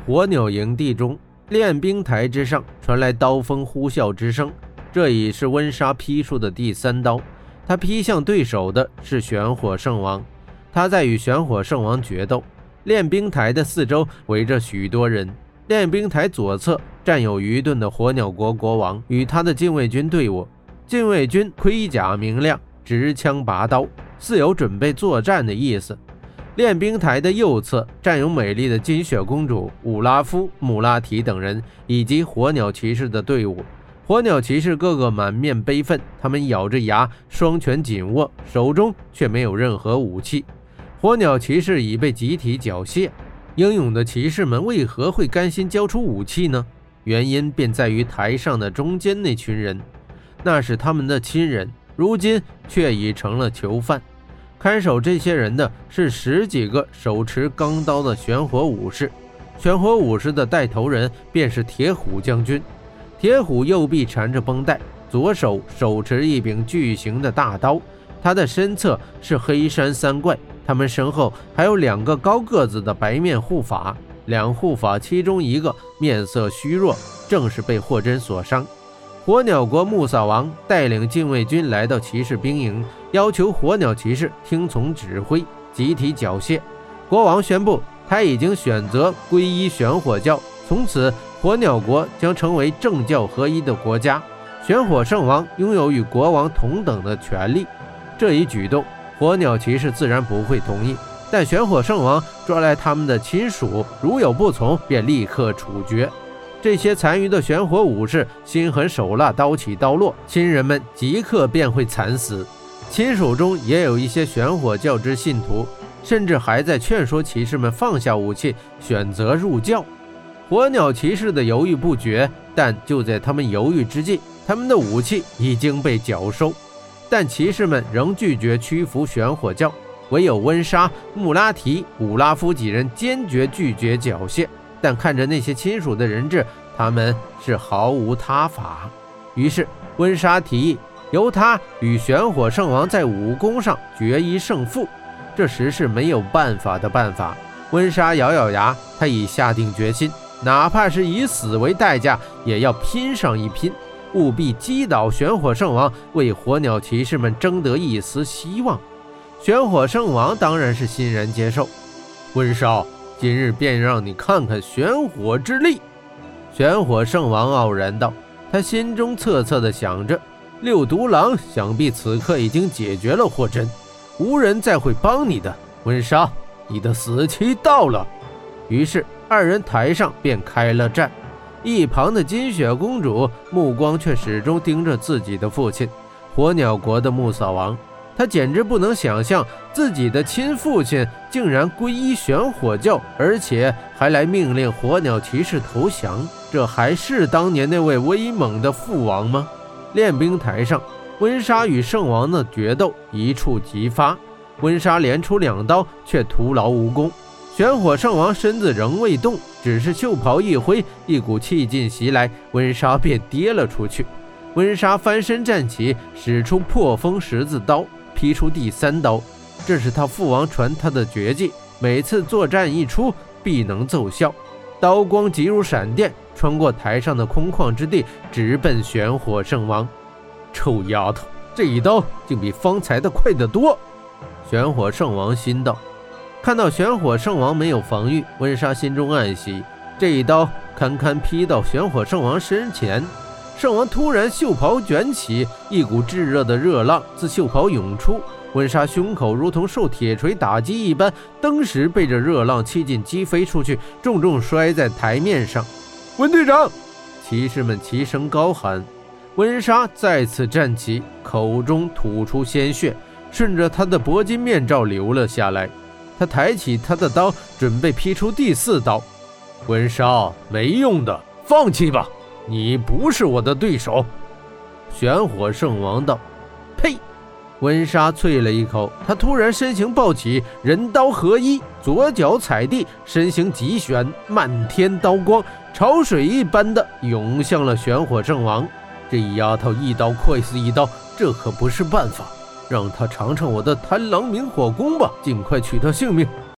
火鸟营地中，练兵台之上传来刀锋呼啸之声，这已是温莎劈出的第3刀。他劈向对手的是玄火圣王，他在与玄火圣王决斗。练兵台的四周围着许多人，练兵台左侧站有愚钝的火鸟国国王与他的禁卫军队伍。禁卫军盔甲明亮，执枪拔刀，似有准备作战的意思。练兵台的右侧站有美丽的金雪公主、武拉夫、穆拉提等人，以及火鸟骑士的队伍。火鸟骑士个个满面悲愤，他们咬着牙，双拳紧握，手中却没有任何武器。火鸟骑士已被集体缴械，英勇的骑士们为何会甘心交出武器呢？原因便在于台上的中间那群人，那是他们的亲人，如今却已成了囚犯。看守这些人的是10几个手持钢刀的玄火武士，玄火武士的带头人便是铁虎将军。铁虎右臂缠着绷带，左手手持一柄巨型的大刀，他的身侧是黑山3怪，他们身后还有2个高个子的白面护法，两护法其中一个面色虚弱，正是被霍真所伤。火鸟国穆萨王带领禁卫军来到骑士兵营，要求火鸟骑士听从指挥，集体缴械。国王宣布他已经选择皈依玄火教，从此火鸟国将成为政教合一的国家，玄火圣王拥有与国王同等的权利。这一举动火鸟骑士自然不会同意，但玄火圣王抓来他们的亲属，如有不从便立刻处决。这些残余的玄火武士心狠手辣，刀起刀落，亲人们即刻便会惨死。亲属中也有一些玄火教之信徒，甚至还在劝说骑士们放下武器，选择入教。火鸟骑士的犹豫不决，但就在他们犹豫之际，他们的武器已经被缴收。但骑士们仍拒绝屈服玄火教，唯有温莎、穆拉提、武拉夫几人坚决拒绝缴械。但看着那些亲属的人质，他们是毫无他法。于是温莎提议由他与玄火圣王在武功上决一胜负，这实是没有办法的办法。温莎咬咬牙，他已下定决心，哪怕是以死为代价，也要拼上一拼，务必击倒玄火圣王，为火鸟骑士们争得一丝希望。玄火圣王当然是欣然接受。温莎，今日便让你看看玄火之力。玄火圣王傲然道，他心中恻恻地想着，六毒狼想必此刻已经解决了霍真，无人再会帮你的。温莎，你的死期到了。于是二人台上便开了战。一旁的金雪公主目光却始终盯着自己的父亲火鸟国的穆萨王，他简直不能想象自己的亲父亲竟然皈依玄火教，而且还来命令火鸟骑士投降。这还是当年那位威猛的父王吗？练兵台上，温莎与圣王的决斗一触即发，温莎连出2刀，却徒劳无功。玄火圣王身子仍未动，只是袖袍一挥，一股气劲袭来，温莎便跌了出去。温莎翻身站起，使出破风十字刀，劈出第3刀。这是他父王传他的绝技，每次作战一出必能奏效。刀光急如闪电，穿过台上的空旷之地，直奔玄火圣王。臭丫头，这一刀竟比方才的快得多。玄火圣王心道。看到玄火圣王没有防御，温莎心中暗喜，这一刀堪堪劈到玄火圣王身前。圣王突然袖袍卷起，一股炙热的热浪自袖袍涌出，温莎胸口如同受铁锤打击一般，登时被这热浪气劲击飞出去，重重摔在台面上。温队长！骑士们齐声高喊。温莎再次站起，口中吐出鲜血，顺着他的铂金面罩流了下来。他抬起他的刀，准备劈出第4刀。温莎，没用的，放弃吧，你不是我的对手。玄火圣王道。呸！温莎啐了一口，他突然身形暴起，人刀合一，左脚踩地，身形急旋，漫天刀光潮水一般的涌向了玄火圣王。这丫头一刀快死一刀，这可不是办法，让他尝尝我的贪狼明火功吧，尽快取他性命。